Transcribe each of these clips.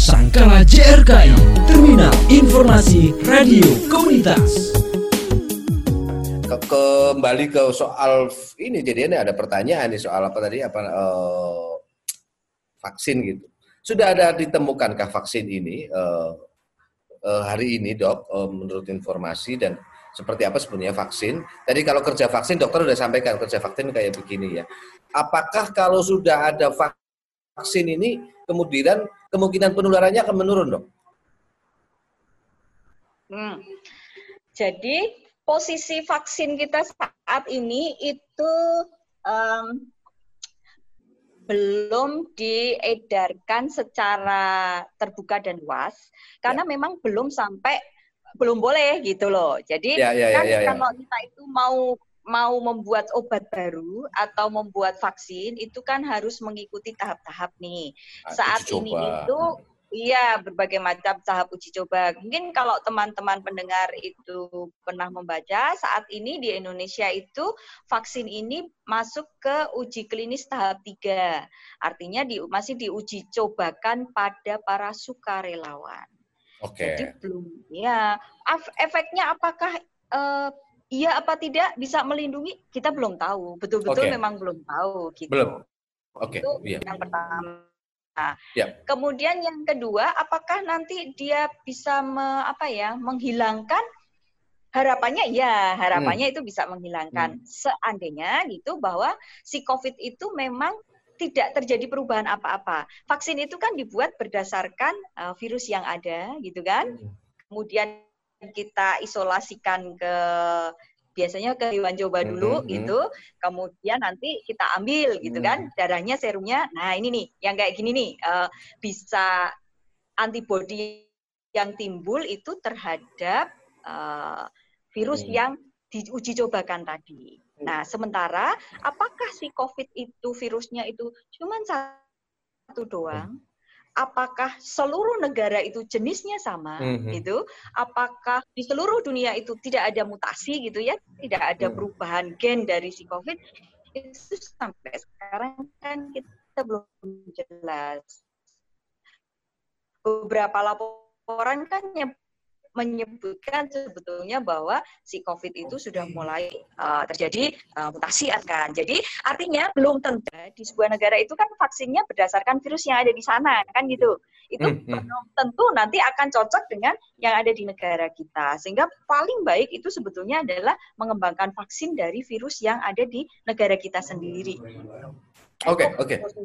Sangkala JRKI, Terminal Informasi Radio Komunitas. Kembali ke soal ini, jadi ini ada pertanyaan nih soal apa tadi, vaksin gitu. Sudah ada ditemukankah vaksin ini hari ini, Dok, menurut informasi, dan seperti apa sebenarnya vaksin? Tadi kalau kerja vaksin, dokter sudah sampaikan kerja vaksin kayak begini ya. Apakah kalau sudah ada vaksin ini, kemudian kemungkinan penularannya akan menurun, Dok? Jadi posisi vaksin kita saat ini itu belum diedarkan secara terbuka dan luas, karena memang belum boleh gitu loh. Jadi kalau kita itu mau membuat obat baru atau membuat vaksin, itu kan harus mengikuti tahap-tahap nih. Saat ini itu berbagai macam tahap uji coba. Mungkin kalau teman-teman pendengar itu pernah membaca, saat ini di Indonesia itu vaksin ini masuk ke uji klinis tahap 3. Artinya masih diuji cobakan pada para sukarelawan. Jadi belum efeknya apakah iya apa tidak bisa melindungi, kita belum tahu. Betul-betul memang belum tahu gitu. Belum. Itu yang pertama. Kemudian yang kedua, apakah nanti dia bisa menghilangkan? Harapannya harapannya itu bisa menghilangkan. Seandainya gitu bahwa si COVID itu memang tidak terjadi perubahan apa-apa. Vaksin itu kan dibuat berdasarkan virus yang ada gitu kan. Kemudian kita isolasikan biasanya ke hewan coba dulu gitu, kemudian nanti kita ambil gitu kan, darahnya, serumnya. Nah ini nih, yang kayak gini nih, bisa antibodi yang timbul itu terhadap virus yang diuji cobakan tadi. Nah sementara apakah si COVID itu virusnya itu cuma satu doang? Apakah seluruh negara itu jenisnya sama gitu? Apakah di seluruh dunia itu tidak ada mutasi gitu ya? Tidak ada perubahan gen dari si COVID? Itu sampai sekarang kan kita belum jelas. Beberapa laporan kan menyebutkan sebetulnya bahwa si COVID itu sudah mulai terjadi mutasi kan. Jadi artinya belum tentu di sebuah negara itu kan vaksinnya berdasarkan virus yang ada di sana kan gitu. Itu belum tentu nanti akan cocok dengan yang ada di negara kita. Sehingga paling baik itu sebetulnya adalah mengembangkan vaksin dari virus yang ada di negara kita sendiri. Oke.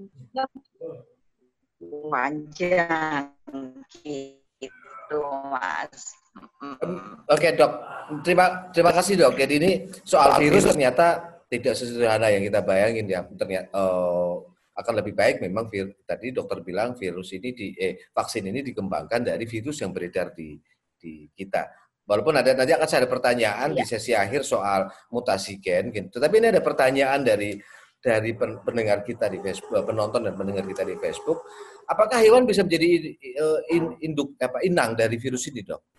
Panjang gitu, Mas. Oke, Dok. Terima kasih, Dok. Jadi ini soal virus ternyata tidak sesederhana yang kita bayangin ya. Ternyata akan lebih baik memang tadi dokter bilang virus ini vaksin ini dikembangkan dari virus yang beredar di kita. Walaupun nanti akan ada pertanyaan di sesi akhir soal mutasi gen gitu. Tetapi ini ada pertanyaan dari pendengar kita di Facebook, penonton dan pendengar kita di Facebook. Apakah hewan bisa menjadi inang dari virus ini, Dok?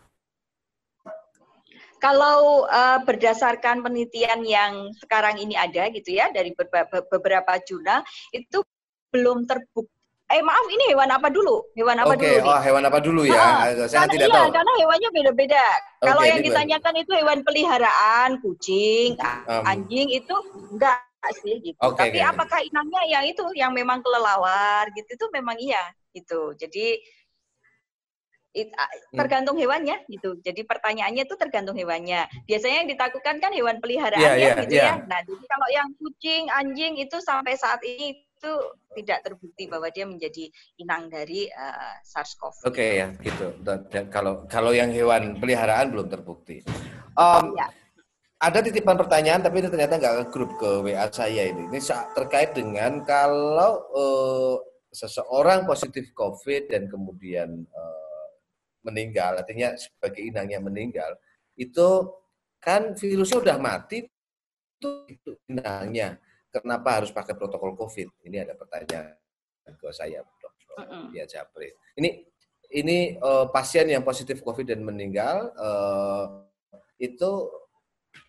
Kalau berdasarkan penelitian yang sekarang ini ada gitu ya dari beberapa jurnal itu belum terbukti. Maaf, ini hewan apa dulu? Hewan apa dulu? Hewan apa dulu ya? Saya tidak tahu. Karena hewannya beda-beda. Kalau yang ditanyakan itu hewan peliharaan, kucing, anjing itu enggak sih gitu. Tapi apakah inangnya yang itu yang memang kelelawar gitu itu memang iya gitu. Jadi tergantung hewannya gitu. Jadi pertanyaannya itu tergantung hewannya. Biasanya yang ditakutkan kan hewan peliharaannya gitu ya. Nah, jadi kalau yang kucing, anjing itu sampai saat ini itu tidak terbukti bahwa dia menjadi inang dari SARS-CoV. Ya, gitu. Dan kalau yang hewan peliharaan belum terbukti. Ada titipan pertanyaan, tapi ini ternyata nggak ke grup, ke WA saya ini. Ini terkait dengan kalau seseorang positif COVID dan kemudian meninggal, artinya sebagai inangnya meninggal, itu kan virusnya udah mati, itu inangnya. Kenapa harus pakai protokol COVID? Ini ada pertanyaan ke saya, Dok. Ya, Japri. Ini pasien yang positif COVID dan meninggal itu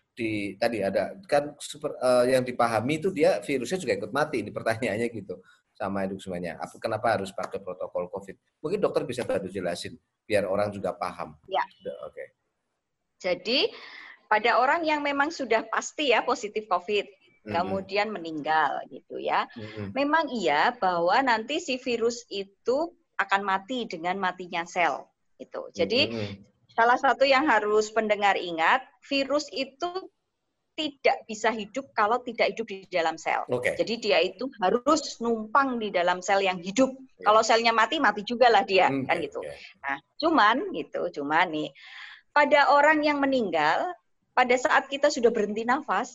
tadi ada kan yang dipahami itu dia virusnya juga ikut mati. Ini pertanyaannya gitu. sama itu semuanya. Kenapa harus pakai protokol COVID? Mungkin dokter bisa bantu jelasin biar orang juga paham. Ya. Oke. Jadi pada orang yang memang sudah pasti ya positif COVID, kemudian meninggal gitu ya. Memang iya bahwa nanti si virus itu akan mati dengan matinya sel itu. Jadi salah satu yang harus pendengar ingat, virus itu tidak bisa hidup kalau tidak hidup di dalam sel. Jadi dia itu harus numpang di dalam sel yang hidup. Kalau selnya mati, mati juga lah dia, kan gitu. Nah, cuman nih, pada orang yang meninggal, pada saat kita sudah berhenti nafas,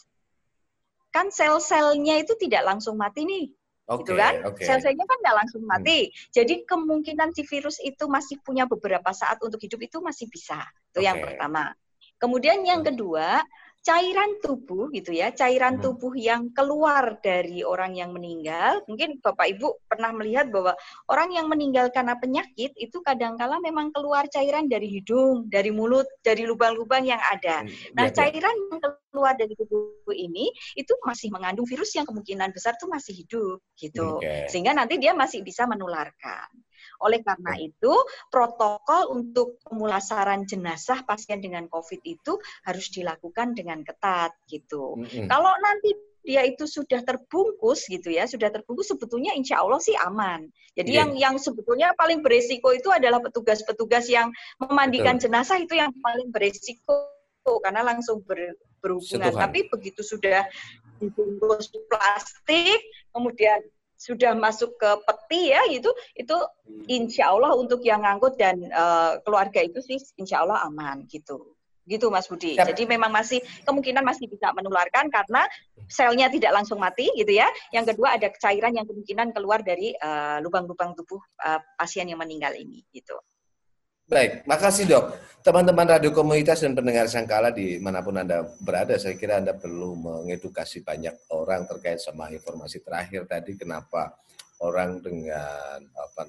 kan sel-selnya itu tidak langsung mati nih. Gitu kan? Sel-selnya kan nggak langsung mati. Jadi kemungkinan si virus itu masih punya beberapa saat untuk hidup itu masih bisa. Itu yang pertama. Kemudian yang kedua, cairan tubuh gitu ya, cairan tubuh yang keluar dari orang yang meninggal. Mungkin Bapak Ibu pernah melihat bahwa orang yang meninggal karena penyakit itu kadang-kala memang keluar cairan dari hidung, dari mulut, dari lubang-lubang yang ada. Nah, cairan yang keluar dari tubuh ini itu masih mengandung virus yang kemungkinan besar tuh masih hidup gitu. Sehingga nanti dia masih bisa menularkan. Oleh karena itu, protokol untuk pemulasaran jenazah pasien dengan COVID itu harus dilakukan dengan ketat gitu. Kalau nanti dia itu sudah terbungkus gitu ya, sudah terbungkus sebetulnya insya Allah sih aman. Jadi yang sebetulnya paling beresiko itu adalah petugas-petugas yang memandikan jenazah itu yang paling beresiko karena langsung berhubungan. Tapi begitu sudah dibungkus plastik, kemudian sudah masuk ke peti ya itu insya Allah untuk yang ngangkut dan keluarga itu sih insya Allah aman gitu Mas Budi. Jadi memang kemungkinan masih bisa menularkan karena selnya tidak langsung mati gitu ya. Yang kedua ada cairan yang kemungkinan keluar dari lubang-lubang tubuh pasien yang meninggal ini gitu. Baik, makasih Dok. Teman-teman radio komunitas dan pendengar Sangkala dimanapun Anda berada, saya kira Anda perlu mengedukasi banyak orang terkait sama informasi terakhir tadi, kenapa orang dengan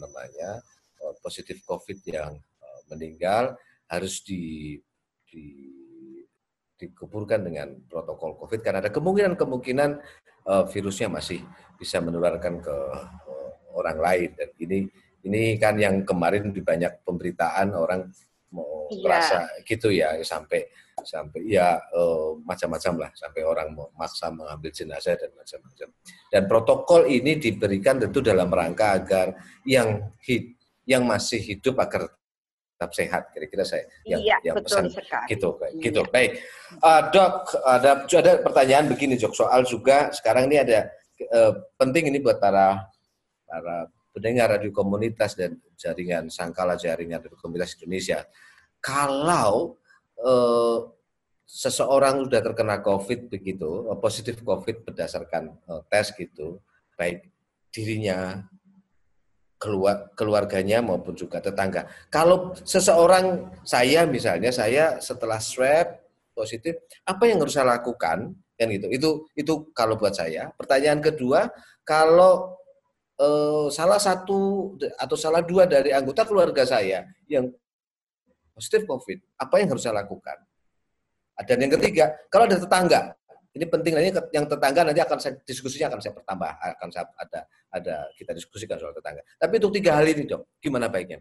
positif COVID yang meninggal harus dikuburkan dengan protokol COVID, karena ada kemungkinan virusnya masih bisa menularkan ke orang lain, dan ini kan yang kemarin di banyak pemberitaan orang mau merasa gitu ya, sampai macam-macam lah, sampai orang memaksa mengambil jenazah dan macam-macam. Dan protokol ini diberikan tentu dalam rangka agar yang masih hidup agar tetap sehat, kira-kira saya yang pesan gitu. Baik, Dok, ada pertanyaan begini Dok, soal juga sekarang ini ada penting ini buat para pendengar radio komunitas dan jaringan Sangkala, jaringan radio komunitas Indonesia. Kalau seseorang sudah terkena COVID begitu, positif COVID berdasarkan tes gitu, baik dirinya, keluarganya maupun juga tetangga. Kalau seseorang, saya setelah swab positif, apa yang harus saya lakukan? Kan gitu. Itu kalau buat saya. Pertanyaan kedua, kalau salah satu atau salah dua dari anggota keluarga saya yang positif COVID, apa yang harus saya lakukan? Dan yang ketiga, kalau ada tetangga, ini penting, yang tetangga nanti diskusinya akan saya pertambah, kita diskusikan soal tetangga. Tapi untuk 3 hal ini Dok, gimana baiknya?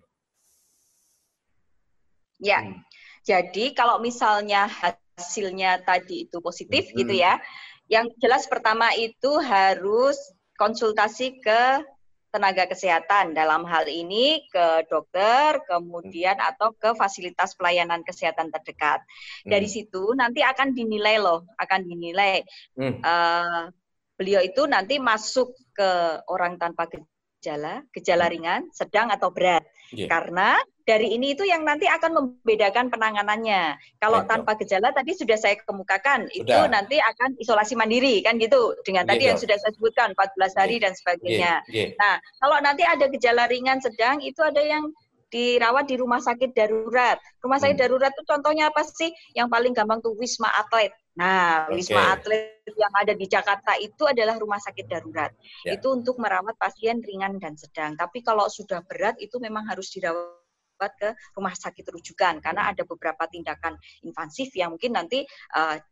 Ya, jadi kalau misalnya hasilnya tadi itu positif gitu ya, yang jelas pertama itu harus konsultasi ke tenaga kesehatan, dalam hal ini ke dokter, kemudian atau ke fasilitas pelayanan kesehatan terdekat. Dari situ nanti akan dinilai beliau itu nanti masuk ke orang tanpa gejala ringan, sedang atau berat. Karena dari ini itu yang nanti akan membedakan penanganannya. Kalau tanpa gejala tadi sudah saya kemukakan, itu nanti akan isolasi mandiri kan gitu. Dengan tadi yang sudah saya sebutkan 14 hari dan sebagainya. Nah, kalau nanti ada gejala ringan sedang, itu ada yang dirawat di rumah sakit darurat. Rumah sakit darurat itu contohnya apa sih? Yang paling gampang tuh Wisma Atlet. Nah, Wisma Atlet yang ada di Jakarta itu adalah rumah sakit darurat. Itu untuk merawat pasien ringan dan sedang. Tapi kalau sudah berat itu memang harus dirawat ke rumah sakit rujukan karena ada beberapa tindakan invasif yang mungkin nanti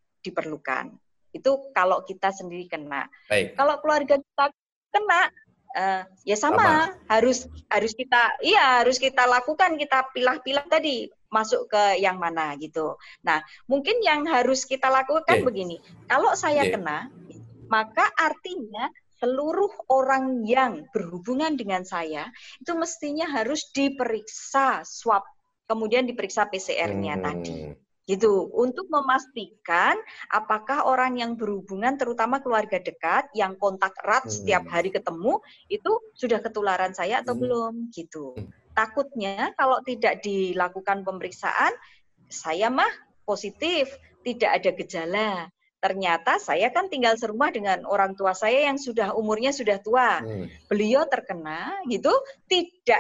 diperlukan. Itu kalau kita sendiri kena. Kalau keluarga kita kena, Ya sama, harus kita lakukan, kita pilah-pilah tadi masuk ke yang mana gitu. Nah, mungkin yang harus kita lakukan begini. Kalau saya kena, maka artinya seluruh orang yang berhubungan dengan saya itu mestinya harus diperiksa swab, kemudian diperiksa PCR-nya tadi. Gitu, untuk memastikan apakah orang yang berhubungan, terutama keluarga dekat yang kontak erat setiap hari ketemu, itu sudah ketularan saya atau belum gitu. Takutnya kalau tidak dilakukan pemeriksaan, saya mah positif, tidak ada gejala. Ternyata saya kan tinggal serumah dengan orang tua saya yang sudah umurnya sudah tua. Beliau terkena gitu, tidak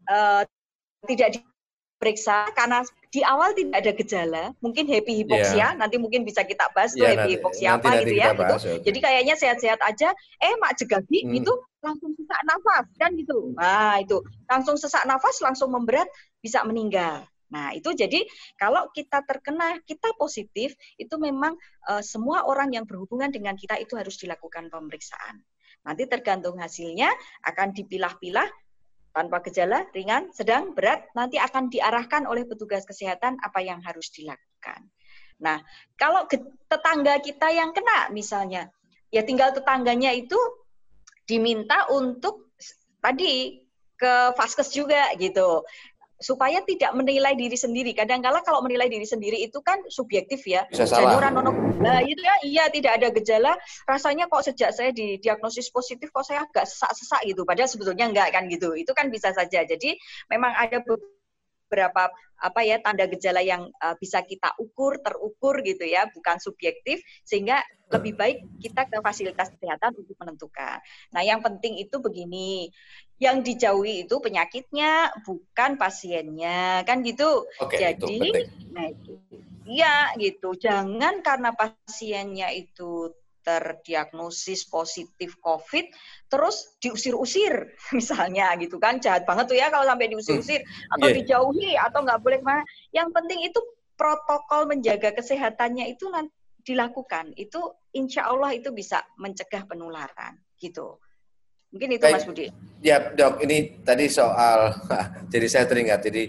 diperiksa karena di awal tidak ada gejala, mungkin happy hipoksia, nanti mungkin bisa kita bahas tuh happy hipoksia apa gitu ya. Gitu. Jadi kayaknya sehat-sehat aja, mak jegagi itu langsung sesak nafas kan gitu. Nah itu langsung sesak nafas, langsung memberat, bisa meninggal. Nah itu jadi kalau kita terkena, kita positif, itu memang semua orang yang berhubungan dengan kita itu harus dilakukan pemeriksaan. Nanti tergantung hasilnya akan dipilah-pilah, tanpa gejala, ringan, sedang, berat, nanti akan diarahkan oleh petugas kesehatan apa yang harus dilakukan. Nah, kalau tetangga kita yang kena misalnya, ya tinggal tetangganya itu diminta untuk tadi ke vaskes juga gitu. Supaya tidak menilai diri sendiri. Kadang-kala kalau menilai diri sendiri itu kan subjektif ya. Bisa salah. Nah, itu ya, iya tidak ada gejala. Rasanya kok sejak saya didiagnosis positif kok saya agak sesak-sesak gitu. Padahal sebetulnya enggak kan gitu. Itu kan bisa saja. Jadi memang ada beberapa tanda gejala yang bisa kita terukur gitu ya, bukan subjektif, sehingga lebih baik kita ke fasilitas kesehatan untuk menentukan. Nah, yang penting itu begini, yang dijauhi itu penyakitnya, bukan pasiennya, kan gitu. Jadi, iya gitu. Jangan karena pasiennya itu terdiagnosis positif COVID, terus diusir-usir misalnya gitu kan, jahat banget tuh ya kalau sampai diusir-usir atau dijauhi atau nggak boleh kemana. Yang penting itu protokol menjaga kesehatannya itu dilakukan, itu insya Allah itu bisa mencegah penularan gitu. Mungkin itu Mas Budi. Ya Dok, ini tadi soal, jadi saya teringat, jadi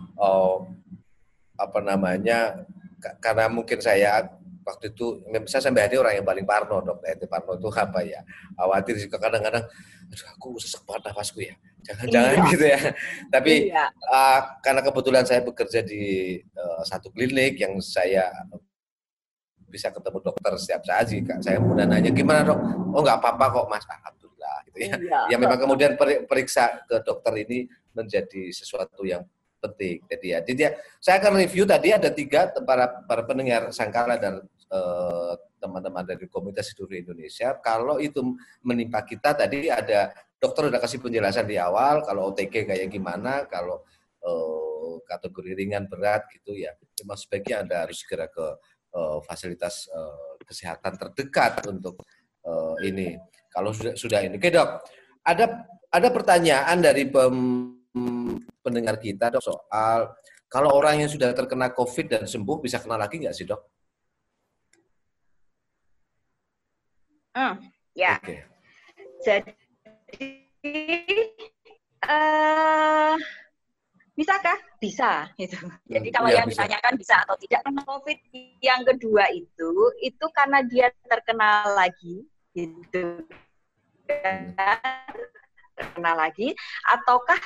karena mungkin saya waktu itu, saya sampai hari orang yang paling parno, Dok. Parno itu apa ya? Khawatir juga kadang-kadang, aduh aku sesak banget nafasku ya. Jangan-jangan gitu ya. Tapi karena kebetulan saya bekerja di satu klinik yang saya bisa ketemu dokter setiap saat sih, saya mudah nanya, gimana Dok? Oh nggak apa-apa kok Mas, alhamdulillah. Gitu ya. Ya memang kemudian periksa ke dokter ini menjadi sesuatu yang penting. Jadi saya akan review tadi ada 3 para pendengar Sangkala dan teman-teman dari komunitas seluruh Indonesia. Kalau itu menimpa kita tadi ada dokter udah kasih penjelasan di awal, kalau OTG kayak gimana, kalau kategori ringan berat gitu ya. Memang sebaiknya Anda harus segera ke fasilitas kesehatan terdekat untuk ini. Kalau sudah ini. Oke Dok, ada pertanyaan dari pendengar kita Dok soal kalau orang yang sudah terkena COVID dan sembuh bisa kena lagi nggak sih Dok? Ya. Okay. Jadi bisakah? Bisa. Gitu. Jadi kalau yang ditanyakan bisa atau tidak kena COVID yang kedua itu karena dia terkena lagi, gitu. Terkena lagi, ataukah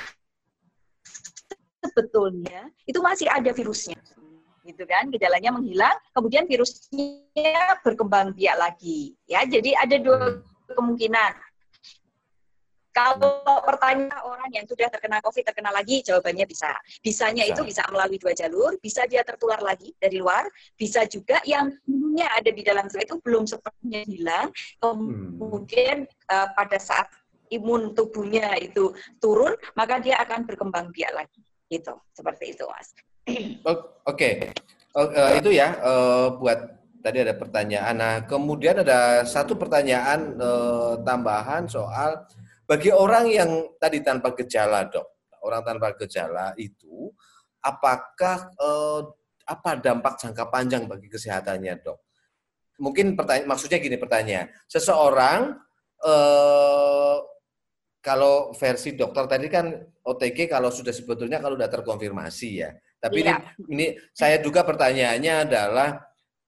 sebetulnya itu masih ada virusnya? Gitu kan, gejalanya menghilang, kemudian virusnya berkembang biak lagi. Ya, jadi ada 2 kemungkinan. Kalau pertanyaan orang yang sudah terkena COVID terkena lagi, jawabannya bisa. Bisanya itu bisa melalui 2 jalur, bisa dia tertular lagi dari luar, bisa juga yang dulunya ada di dalam tubuh itu belum sepenuhnya hilang, kemudian pada saat imun tubuhnya itu turun, maka dia akan berkembang biak lagi. Gitu, seperti itu, Mas. Oke. Itu ya buat tadi ada pertanyaan. Nah, kemudian ada satu pertanyaan tambahan soal bagi orang yang tadi tanpa gejala, Dok. Orang tanpa gejala itu apakah apa dampak jangka panjang bagi kesehatannya, Dok? Mungkin maksudnya gini pertanyaan. Seseorang kalau versi dokter tadi kan OTG kalau sudah sebetulnya kalau sudah terkonfirmasi ya. Tapi ini saya duga pertanyaannya adalah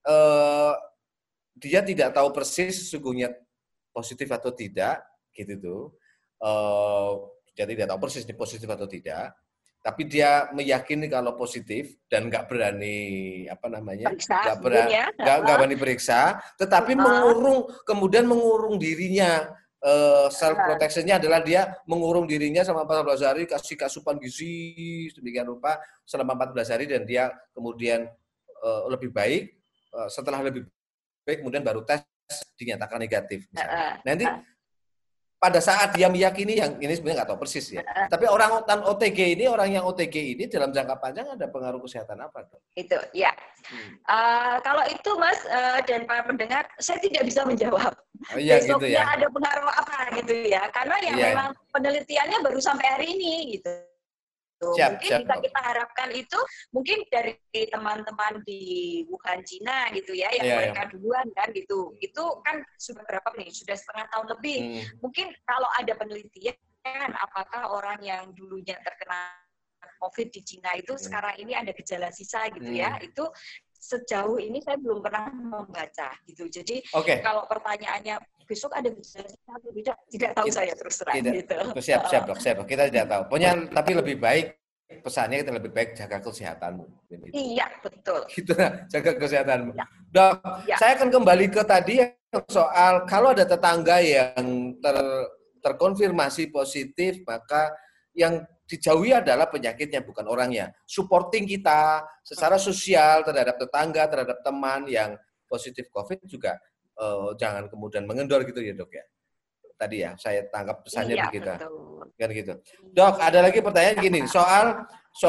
dia tidak tahu persis sesungguhnya positif atau tidak, gitu tuh. Dia tidak tahu persis ini positif atau tidak. Tapi dia meyakini kalau positif dan nggak berani nggak berani periksa, tetapi kemudian mengurung dirinya. Self protectionnya adalah dia mengurung dirinya selama 14 hari, kasih asupan gizi sedemikian rupa selama 14 hari dan dia kemudian lebih baik, setelah lebih baik kemudian baru tes dinyatakan negatif. Nanti pada saat dia meyakini yang ini sebenarnya nggak tahu persis ya. Tapi orang yang OTG ini dalam jangka panjang ada pengaruh kesehatan apa, Dok? Itu ya. Kalau itu Mas dan para pendengar, saya tidak bisa menjawab. Iya, besoknya gitu ya. Ada pengaruh apa gitu ya. Karena memang penelitiannya baru sampai hari ini gitu. Mungkin bisa kita harapkan itu mungkin dari teman-teman di Wuhan, Cina gitu ya, yang mereka duluan kan gitu. Itu kan sudah berapa nih? Sudah setengah tahun lebih. Mungkin kalau ada penelitian, apakah orang yang dulunya terkena COVID di Cina itu sekarang ini ada gejala sisa gitu ya? Itu sejauh ini saya belum pernah membaca gitu. Jadi kalau pertanyaannya besok ada gejala sisa atau tidak tahu saya terus terang gitu. Siap dok. Kita tidak tahu. Pokoknya tapi lebih baik pesannya kita lebih baik jaga kesehatanmu. Iya betul. Gitu jaga kesehatanmu. Dok, saya akan kembali ke tadi soal kalau ada tetangga yang terkonfirmasi positif maka yang dijauhi adalah penyakitnya bukan orangnya. Supporting kita secara sosial terhadap tetangga, terhadap teman yang positif COVID juga jangan kemudian mengendor gitu ya dok ya. Tadi ya saya tangkap pesannya begitu. Kan gitu. Dok, ada lagi pertanyaan gini soal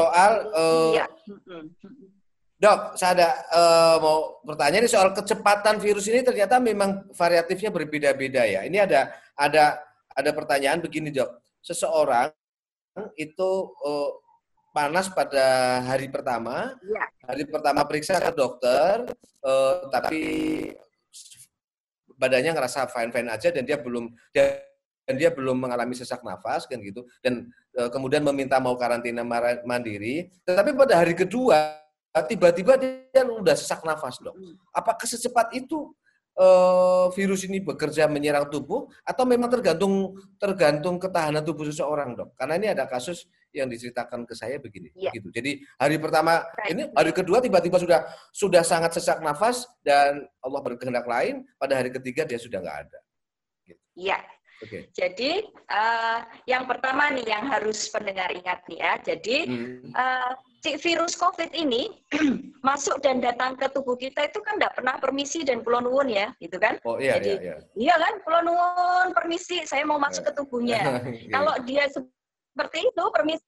Dok, saya ada mau bertanya nih soal kecepatan virus ini ternyata memang variatifnya berbeda-beda ya. Ini ada pertanyaan begini dok. Seseorang itu panas pada hari pertama periksa ke dokter, tapi badannya ngerasa fine aja dan dia belum mengalami sesak nafas kan gitu dan kemudian meminta mau karantina mandiri. Tetapi pada hari kedua tiba-tiba dia udah sesak nafas dok. Apakah secepat itu virus ini bekerja menyerang tubuh atau memang tergantung ketahanan tubuh seseorang dok? Karena ini ada kasus yang diceritakan ke saya begini, begitu. Jadi hari pertama ini, hari kedua tiba-tiba sudah sangat sesak nafas dan Allah berkehendak lain. Pada hari ketiga dia sudah nggak ada. Iya. Jadi yang pertama nih yang harus pendengar ingat nih ya. Jadi virus COVID ini masuk dan datang ke tubuh kita itu kan nggak pernah permisi dan kula nuwun ya, gitu kan? Oh iya. Jadi, iya kan, kula nuwun permisi, saya mau masuk ke tubuhnya. Kalau dia seperti itu permisi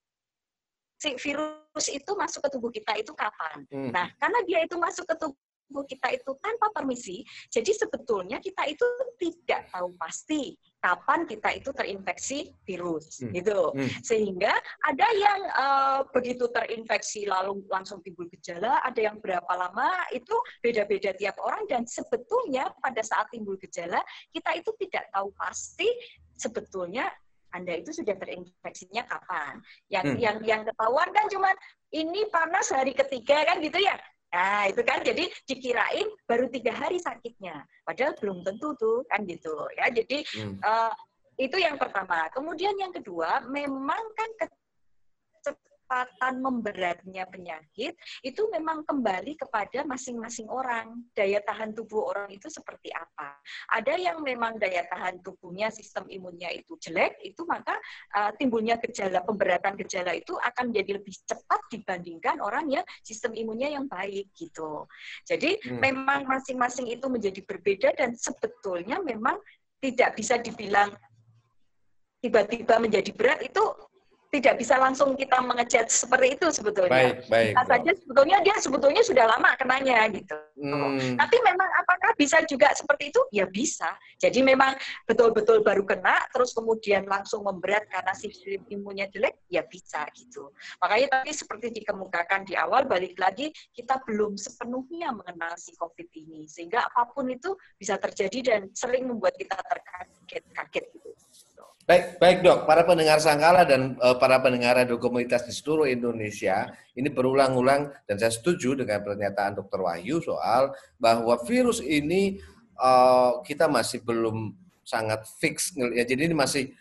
virus itu masuk ke tubuh kita itu kapan? Nah, karena dia itu masuk ke tubuh kita itu tanpa permisi, jadi sebetulnya kita itu tidak tahu pasti kapan kita itu terinfeksi virus, gitu. Sehingga ada yang begitu terinfeksi lalu langsung timbul gejala, ada yang berapa lama, itu beda-beda tiap orang, dan sebetulnya pada saat timbul gejala, kita itu tidak tahu pasti sebetulnya Anda itu sudah terinfeksinya kapan. Yang ketahuan kan cuma ini panas hari ketiga kan gitu ya. Nah, itu kan jadi dikirain baru 3 hari sakitnya. Padahal belum tentu tuh kan gitu ya. Jadi itu yang pertama. Kemudian yang kedua, memang kan kecepatan memberatnya penyakit itu memang kembali kepada masing-masing orang. Daya tahan tubuh orang itu seperti apa. Ada yang memang daya tahan tubuhnya, sistem imunnya itu jelek, itu maka timbulnya pemberatan gejala itu akan jadi lebih cepat dibandingkan orang yang sistem imunnya yang baik gitu. Jadi memang masing-masing itu menjadi berbeda dan sebetulnya memang tidak bisa dibilang tiba-tiba menjadi berat itu tidak bisa langsung kita mengejat seperti itu sebetulnya. Baik. Bisa saja dia sebetulnya sudah lama kenanya gitu. Tapi memang apakah bisa juga seperti itu? Ya bisa. Jadi memang betul-betul baru kena, terus kemudian langsung memberat karena sistem imunnya jelek, ya bisa gitu. Makanya tadi seperti dikemukakan di awal, balik lagi kita belum sepenuhnya mengenal si COVID ini, sehingga apapun itu bisa terjadi dan sering membuat kita terkaget-kaget gitu. Baik Dok, para pendengar Sangkala dan para pendengar radio komunitas di seluruh Indonesia, ini berulang-ulang dan saya setuju dengan pernyataan Dr. Wahyu soal bahwa virus ini kita masih belum sangat fix, ya, jadi ini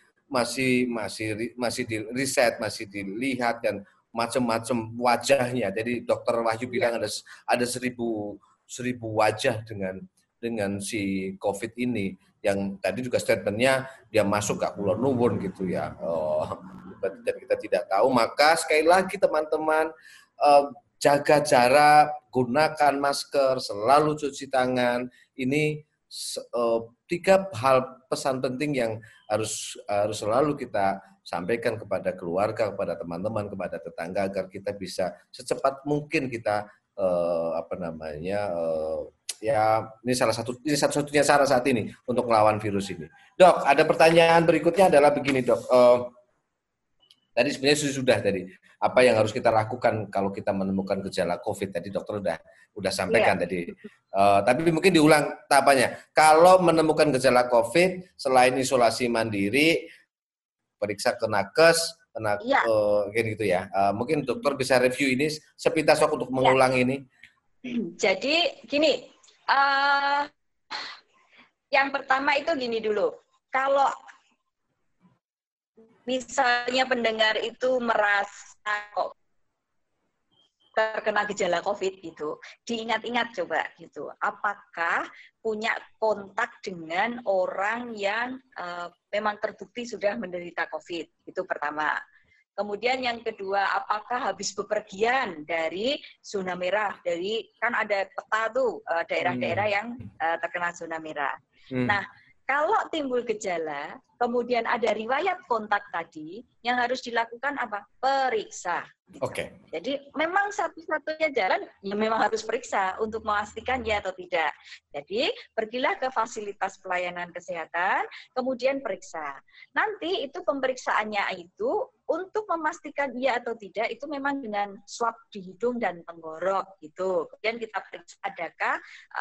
masih di riset, masih dilihat dan macam-macam wajahnya. Jadi Dr. Wahyu bilang ada 1.000 wajah dengan si COVID ini. Yang tadi juga statementnya dia masuk ke Kulon Nuwun gitu ya. Dan kita tidak tahu. Maka sekali lagi teman-teman, jaga jarak, gunakan masker, selalu cuci tangan. Ini 3 hal pesan penting yang harus selalu kita sampaikan kepada keluarga, kepada teman-teman, kepada tetangga agar kita bisa secepat mungkin kita ya ini satu-satunya cara saat ini untuk melawan virus ini. Dok, ada pertanyaan berikutnya adalah begini Dok. Tadi sebenarnya sudah tadi apa yang harus kita lakukan kalau kita menemukan gejala COVID tadi dokter udah sampaikan tadi. Tapi mungkin diulang tahapannya. Kalau menemukan gejala COVID selain isolasi mandiri, periksa ke nakes, gitu ya. Mungkin dokter bisa review ini sepintas untuk mengulang ini. Jadi gini. Yang pertama itu gini dulu, kalau misalnya pendengar itu merasa kok terkena gejala COVID gitu, diingat-ingat coba gitu, apakah punya kontak dengan orang yang memang terbukti sudah menderita COVID, itu pertama. Kemudian yang kedua, apakah habis bepergian dari zona merah, kan ada peta tuh daerah-daerah yang terkena zona merah. Nah, kalau timbul gejala, kemudian ada riwayat kontak tadi, yang harus dilakukan apa? Periksa. Gitu. Oke. Jadi memang satu-satunya jalan, ya memang harus periksa untuk memastikan ya atau tidak. Jadi pergilah ke fasilitas pelayanan kesehatan, kemudian periksa. Nanti itu pemeriksaannya itu untuk memastikan iya atau tidak, itu memang dengan swab di hidung dan tenggorok gitu. Kemudian kita periksa adakah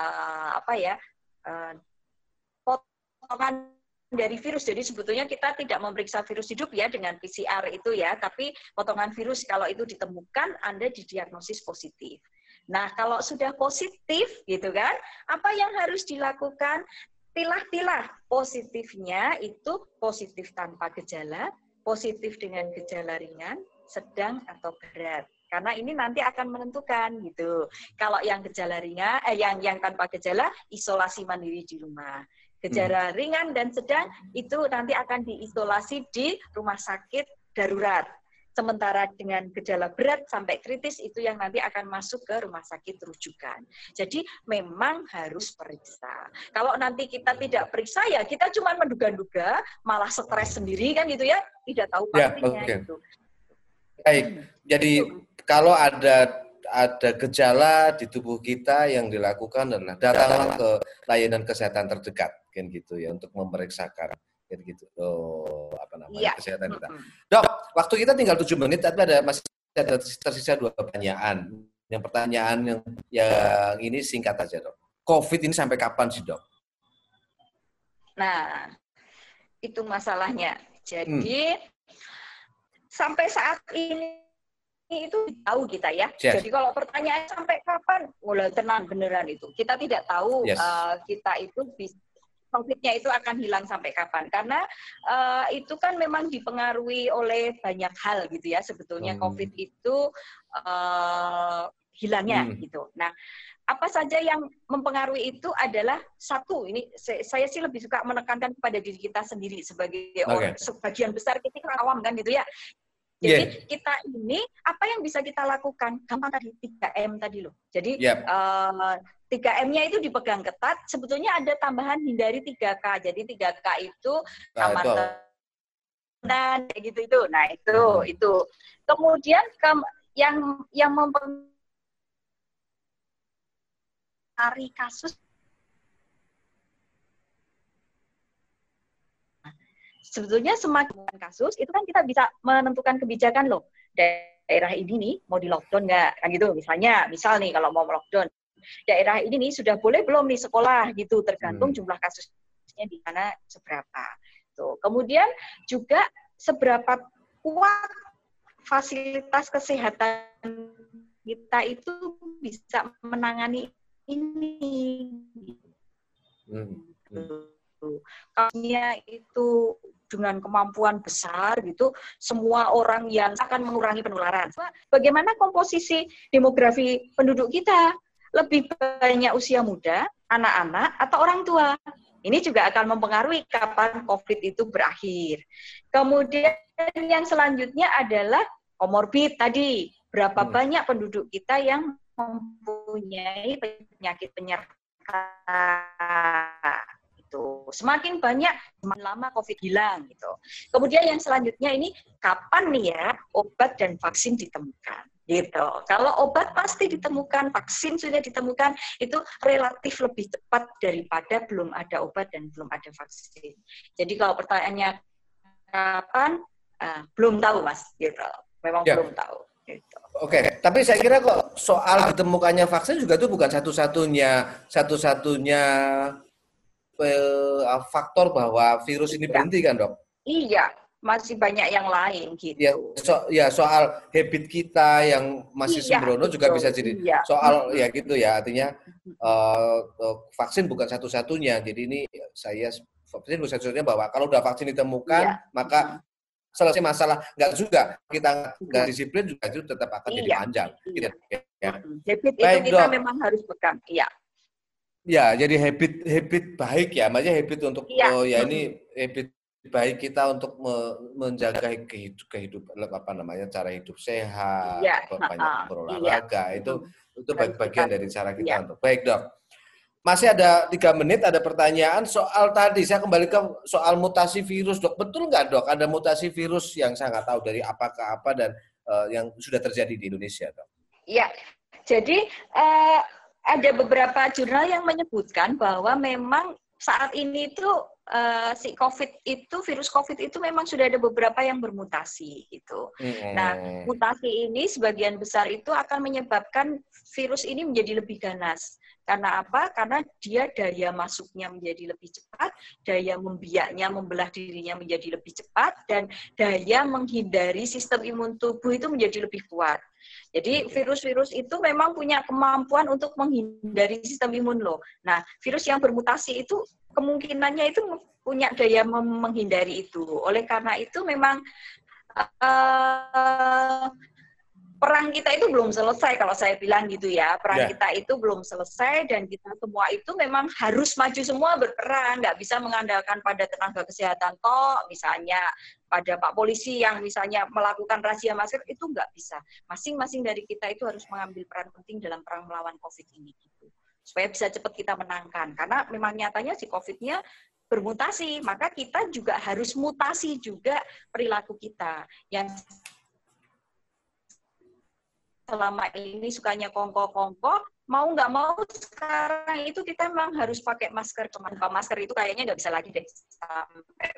potongan dari virus. Jadi sebetulnya kita tidak memeriksa virus hidup ya dengan PCR itu ya, tapi potongan virus kalau itu ditemukan Anda didiagnosis positif. Nah, kalau sudah positif gitu kan, apa yang harus dilakukan? Pilah-pilah positifnya itu positif tanpa gejala, positif dengan gejala ringan, sedang atau berat. Karena ini nanti akan menentukan gitu. Kalau yang gejala ringan, yang tanpa gejala, isolasi mandiri di rumah. Gejala ringan dan sedang itu nanti akan diisolasi di rumah sakit darurat. Sementara dengan gejala berat sampai kritis itu yang nanti akan masuk ke rumah sakit rujukan. Jadi memang harus periksa. Kalau nanti kita tidak periksa ya kita cuma menduga-duga, malah stres sendiri kan gitu ya, tidak tahu pastinya gitu. Baik, jadi kalau ada gejala di tubuh kita yang dilakukan adalah datanglah ke layanan kesehatan terdekat kan gitu ya untuk memeriksakan kan gitu kesehatan kita. Dok, waktu kita tinggal 7 menit tapi masih ada tersisa 2 pertanyaan. Yang pertanyaan yang ini singkat aja Dok. COVID ini sampai kapan sih Dok? Nah, itu masalahnya. Jadi sampai saat ini itu tahu kita ya. Yes. Jadi kalau pertanyaan sampai kapan, mulai tenang beneran itu. Kita tidak tahu kita itu COVID-nya itu akan hilang sampai kapan. Karena itu kan memang dipengaruhi oleh banyak hal gitu ya. Sebetulnya COVID itu hilangnya gitu. Nah, apa saja yang mempengaruhi itu adalah satu, ini saya sih lebih suka menekankan kepada diri kita sendiri sebagai orang, sebagian besar kita kan awam kan gitu ya. Jadi kita ini, apa yang bisa kita lakukan? Gampang tadi, 3M tadi loh. Jadi 3M-nya itu dipegang ketat, sebetulnya ada tambahan hindari 3K. Jadi 3K itu aman dan gitu itu. Nah, itu. Kemudian yang mempengaruhi kasus sebetulnya semakin kasus, itu kan kita bisa menentukan kebijakan loh. Daerah ini nih, mau di lockdown nggak? Kan gitu, misal nih kalau mau lockdown. Daerah ini nih, sudah boleh belum nih sekolah gitu, tergantung jumlah kasusnya di sana seberapa. gitu. Kemudian juga seberapa kuat fasilitas kesehatan kita itu bisa menangani ini. Kalau itu dengan kemampuan besar gitu, semua orang yang akan mengurangi penularan. Bagaimana komposisi demografi penduduk kita? Lebih banyak usia muda, anak-anak, atau orang tua? Ini juga akan mempengaruhi kapan COVID itu berakhir. Kemudian yang selanjutnya adalah komorbid tadi. Berapa banyak penduduk kita yang mempunyai penyakit penyerta. Gitu. Semakin banyak, semakin lama COVID hilang. Gitu. Kemudian yang selanjutnya ini, kapan nih ya obat dan vaksin ditemukan? Gitu. Kalau obat pasti ditemukan, vaksin sudah ditemukan, itu relatif lebih cepat daripada belum ada obat dan belum ada vaksin. Jadi kalau pertanyaannya kapan, belum tahu Mas. Gitu. Memang belum tahu. Gitu. Oke, tapi saya kira kok soal ditemukannya vaksin juga itu bukan satu-satunya faktor bahwa virus ini berhenti kan, Dok? Iya, masih banyak yang lain gitu. Soal habit kita yang masih sembrono juga bisa jadi soal ya gitu ya, artinya vaksin bukan satu-satunya. Jadi ini vaksin bukan satu-satunya bahwa kalau udah vaksin ditemukan maka selesai masalah. Enggak juga, kita nggak disiplin juga itu tetap akan jadi panjang. Gitu, ya. Habit itu kita memang harus pegang. Iya. Ya, jadi habit baik ya, maksudnya habit untuk ini habit baik kita untuk menjaga kehidupan cara hidup sehat, banyak berolahraga itu bagian dari cara kita untuk baik, Dok. Masih ada 3 menit, ada pertanyaan soal tadi. Saya kembali ke soal mutasi virus, Dok. Betul nggak, Dok? Ada mutasi virus yang saya nggak tahu dari apa dan yang sudah terjadi di Indonesia, Dok? Iya. Jadi ada beberapa jurnal yang menyebutkan bahwa memang saat ini tuh virus COVID itu memang sudah ada beberapa yang bermutasi gitu. Nah, mutasi ini sebagian besar itu akan menyebabkan virus ini menjadi lebih ganas. Karena apa? Karena dia daya masuknya menjadi lebih cepat, daya membiaknya, membelah dirinya menjadi lebih cepat, dan daya menghindari sistem imun tubuh itu menjadi lebih kuat. Jadi virus-virus itu memang punya kemampuan untuk menghindari sistem imun loh. Nah, virus yang bermutasi itu kemungkinannya itu punya daya menghindari itu. Oleh karena itu memang perang kita itu belum selesai kalau saya bilang gitu ya. Perang kita itu belum selesai dan kita semua itu memang harus maju semua berperang. Nggak bisa mengandalkan pada tenaga kesehatan toh, misalnya pada Pak Polisi yang misalnya melakukan razia masker, itu nggak bisa. Masing-masing dari kita itu harus mengambil peran penting dalam perang melawan COVID ini. Gitu. Supaya bisa cepat kita menangkan. Karena memang nyatanya si COVID-nya bermutasi, maka kita juga harus mutasi juga perilaku kita. Yang selama ini sukanya kongko-kongko, mau nggak mau sekarang itu kita memang harus pakai masker. Tanpa masker itu kayaknya nggak bisa lagi deh sampai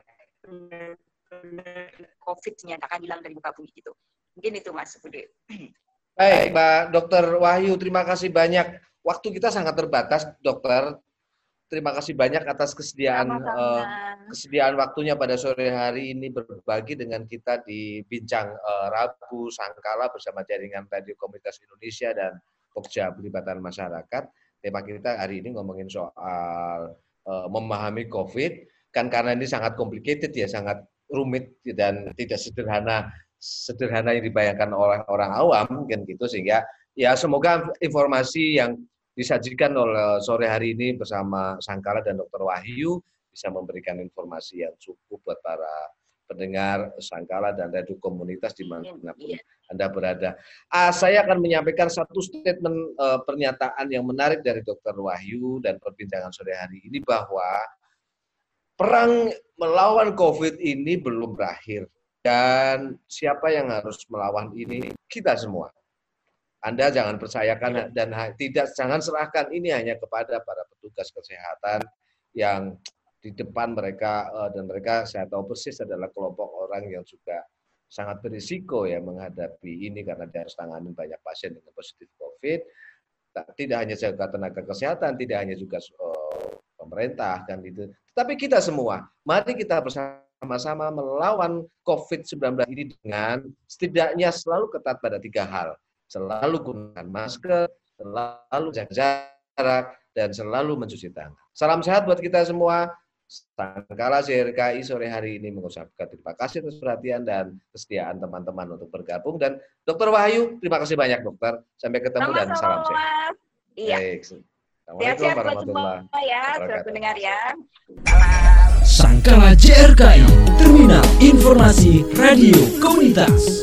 COVID dinyatakan hilang dari muka bumi gitu. Mungkin itu Mas Budi. Baik, Mbak Dr. Wahyu, terima kasih banyak. Waktu kita sangat terbatas, Dokter. Terima kasih banyak atas kesediaan waktunya pada sore hari ini berbagi dengan kita di Bincang Rabu Sangkala bersama Jaringan Radio Komunitas Indonesia dan Pokja Pelibatan Masyarakat. Tema kita hari ini ngomongin soal memahami COVID, kan karena ini sangat complicated ya, sangat rumit dan tidak sederhana yang dibayangkan oleh orang awam kan gitu, sehingga ya semoga informasi yang disajikan oleh sore hari ini bersama Sangkala dan Dr. Wahyu bisa memberikan informasi yang cukup buat para pendengar Sangkala dan radio komunitas dimanapun Anda berada. Saya akan menyampaikan satu statement pernyataan yang menarik dari Dr. Wahyu dan perbincangan sore hari ini, bahwa perang melawan COVID ini belum berakhir. Dan siapa yang harus melawan ini? Kita semua. Anda jangan percayakan dan jangan serahkan ini hanya kepada para petugas kesehatan yang di depan mereka, dan mereka saya tahu persis adalah kelompok orang yang juga sangat berisiko ya menghadapi ini karena dia harus tangani banyak pasien dengan positif COVID. Tidak hanya jaga tenaga kesehatan, tidak hanya juga pemerintah kan itu. Tetapi kita semua, mari kita bersama sama-sama melawan COVID-19 ini dengan setidaknya selalu ketat pada 3 hal. Selalu gunakan masker, selalu jaga jarak, dan selalu mencuci tangan. Salam sehat buat kita semua. Sangkala JRKI sore hari ini mengucapkan terima kasih atas perhatian dan kesetiaan teman-teman untuk bergabung. Dan Dr. Wahyu, terima kasih banyak dokter. Sampai ketemu dan salam sehat. Iya. Assalamualaikum warahmatullahi wabarakatuh. Ya, sudah mendengar ya. Sangkala JRKI, Terminal Informasi Radio Komunitas.